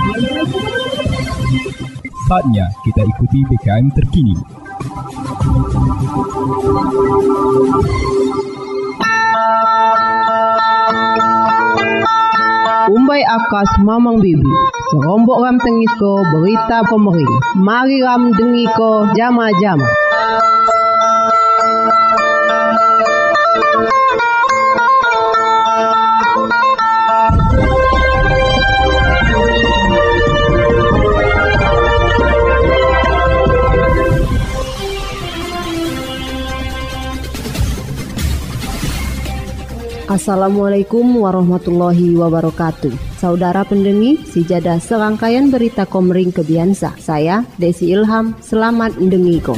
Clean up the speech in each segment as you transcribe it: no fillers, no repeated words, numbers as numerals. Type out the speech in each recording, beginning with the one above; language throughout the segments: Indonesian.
Saatnya kita ikuti BKM terkini. Umbai akas mamang bibi, serombok ram tengiko berita pemerintah. Mari ram dengiko jama-jama. Assalamualaikum warahmatullahi wabarakatuh. Saudara pendengi, Sijadah serangkaian berita Komring Kebiansa. Saya Desi Ilham, selamat mendengiko.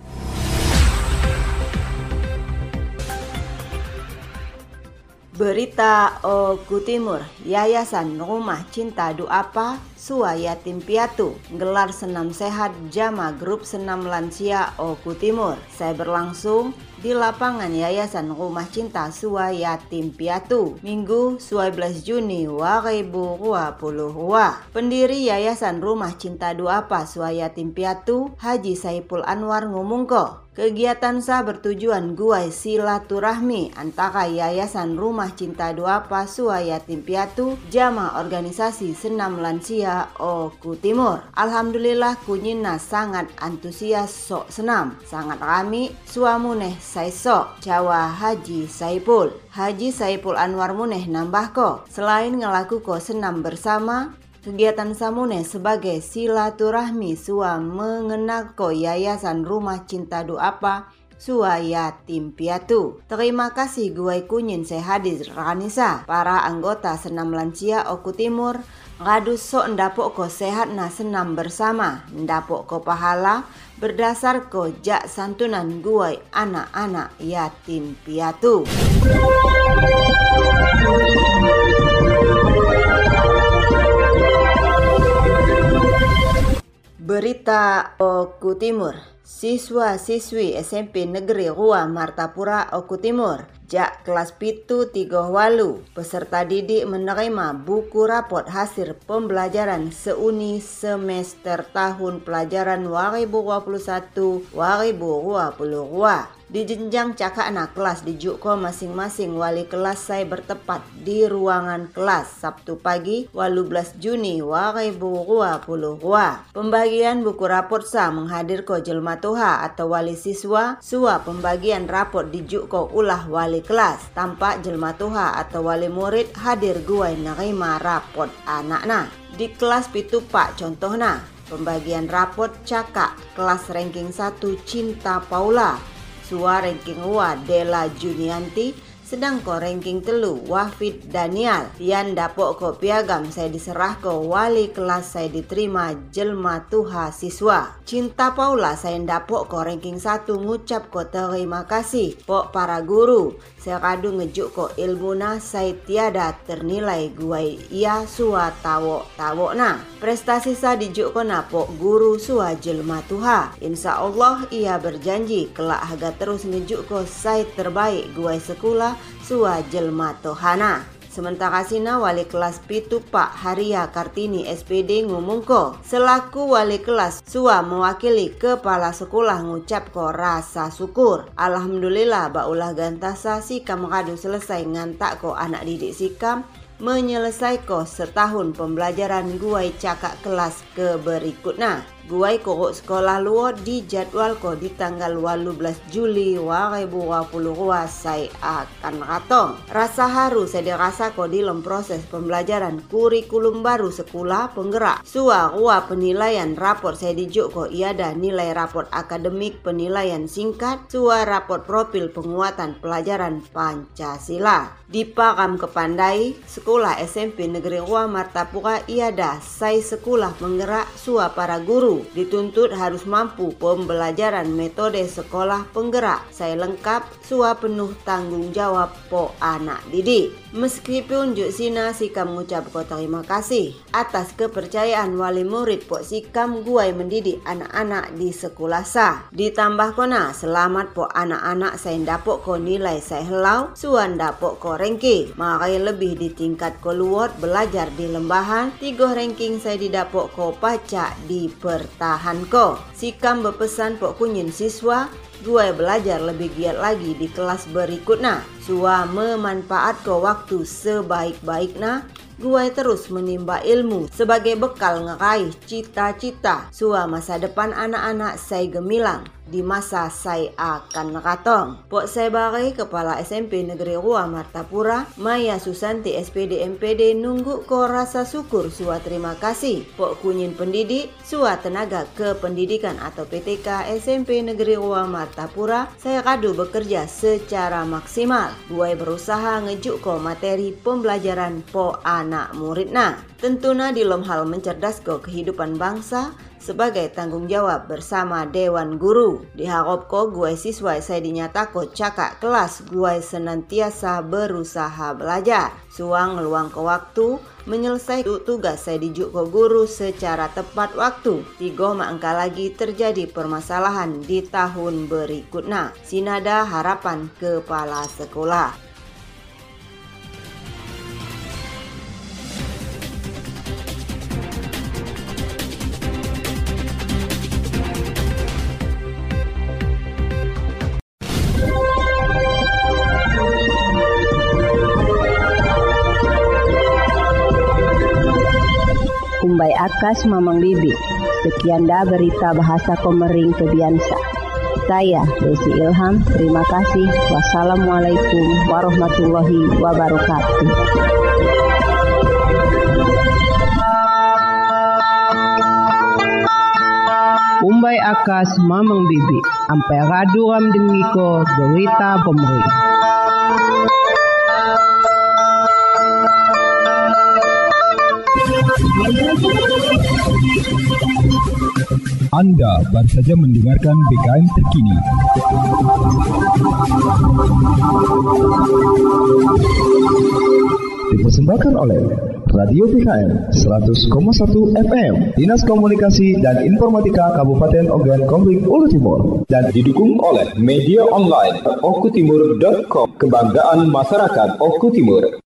Berita Oku Timur, Yayasan Rumah Cinta Duapa Sua Yatim Piatu gelar senam sehat Jama Grup Senam Lansia Oku Timur. Saya berlangsung di lapangan Yayasan Rumah Cinta Sua Yatim Piatu Minggu 11 Juni 2022. Pendiri Yayasan Rumah Cinta Duapa Sua Yatim Piatu Haji Saipul Anwar ngomongko kegiatan sa bertujuan guai silaturahmi antara Yayasan Rumah Cinta Duapa Sua Yatim Piatu jama organisasi senam lansia Oku Timur. Alhamdulillah kunyina sangat antusias sok senam, sangat rami suamuneh sai sok Jawa Haji Saipul. Haji Saipul Anwar muneh nambah ko selain ngelaku ko senam bersama, kegiatan samune sebagai silaturahmi sua mengenal ko Yayasan Rumah Cinta Duapa Sua Yatim Piatu. Terima kasih guai kunyin saya hadir Ranisa, para anggota senam lansia Oku Timur ngadus sok ndapok ko sehat na senam bersama, ndapok ko pahala berdasar ko jak santunan guai anak-anak yatim piatu. Berita Oku Timur, siswa-siswi SMP Negeri Rua Martapura Oku Timur jak kelas pitu 3 walu peserta didik menerima buku raport hasil pembelajaran seuni semester tahun pelajaran 2021-2022 di jenjang cakakna kelas di Juko masing-masing wali kelas saya bertepat di ruangan kelas Sabtu pagi 18 Juni 2022. Pembagian buku raport sa menghadir ko jelma tuha atau wali siswa sua pembagian raport di Juko ulah wali kelas tampak jelma tuha atau wali murid hadir guai nerima raport anakna. Di kelas pitu pak contohna pembagian raport cakak kelas ranking 1 Cinta Paula, sua ranking 2 Dela Junianti, sedang ko ranking 3 Wafid Daniel. Yan dapok ko piagam saya diserah ko wali kelas saya diterima jelma tuha siswa. Cinta Paula saya dapok ko ranking 1 ngucap ko terima kasih pok para guru. Saya kadu ngejuk ko ilmuna saya tiada ternilai guai ia sua tawo na. Prestasi sa dijuk ko napok guru sua jelma tuha. Insya Allah ia berjanji kelak haga terus ngejuk ko saya terbaik guai sekolah sua jelma tohana. Sementara sina wali kelas pitu Pak Haria Kartini SPD ngomong ko selaku wali kelas sua mewakili kepala sekolah ngucap ko rasa syukur. Alhamdulillah baulah gantasa sikam kadu selesai ngantak ko anak didik sikam menyelesai ko setahun pembelajaran guai cakak kelas ke berikutnya. Guai kokok sekolah luar di jadwal ko di tanggal 18 Juli 2022 saya akan ratong. Rasa haru saya dirasa ko di dalam proses pembelajaran kurikulum baru sekolah penggerak. Sua rua penilaian raport saya dijuk ko iada nilai raport akademik penilaian singkat, sua raport profil penguatan pelajaran Pancasila. Di Pakam Kepandai, sekolah SMP Negeri Rua Martapura iada saya sekolah penggerak sua para guru dituntut harus mampu pembelajaran metode sekolah penggerak. Saya lengkap sua penuh tanggung jawab po anak didik. Meskipun juk sina sikam mengucap ko terima kasih atas kepercayaan wali murid pok sikam guai mendidik anak-anak di sekolah sa. Ditambah kona selamat pok anak-anak saya dapok ko nilai saya helau suan dapok ko ranking. Makai lebih di tingkat ko luot belajar di lembahan 3 ranking saya didapok ko pacak di pertahan ko. Sikam berpesan pok kunyin siswa guai belajar lebih giat lagi di kelas berikutnya. Sua memanfaat ke waktu sebaik-baiknya. Guai terus menimba ilmu sebagai bekal ngeraih cita-cita sua masa depan anak-anak saya gemilang di masa saya akan katong. Pok saya bagai Kepala SMP Negeri Rua Martapura, Maya Susanti SPD MPD nunggu ko rasa syukur sua terima kasih. Pok kunyin pendidik sua tenaga kependidikan atau PTK SMP Negeri Rua Martapura, saya kadu bekerja secara maksimal. Guai berusaha ngejuk ko materi pembelajaran po anak muridna. Tentuna di lom hal mencerdas ko kehidupan bangsa sebagai tanggung jawab bersama Dewan Guru. Diharap ko guai siswa saya dinyata ko cakak kelas guai senantiasa berusaha belajar. Suang meluang ke waktu menyelesaikan tugas saya dijuk ko guru secara tepat waktu. 3 angka lagi terjadi permasalahan di tahun berikutnya. Sinada harapan kepala sekolah. Umbai Akas Mamang Bibi. Sekian dah berita bahasa Komering Kebiansa. Saya Desi Ilham, terima kasih. Wassalamualaikum warahmatullahi wabarakatuh. Umbai Akas Mamang Bibi. Ampai radu ram dengiko berita Komering. Anda baru saja mendengarkan BKM terkini. Dipersembahkan oleh Radio BKM 100,1 FM, Dinas Komunikasi dan Informatika Kabupaten Ogan Komering Ulu Timur, dan didukung oleh media online okutimur.com, kebanggaan masyarakat Oku Timur.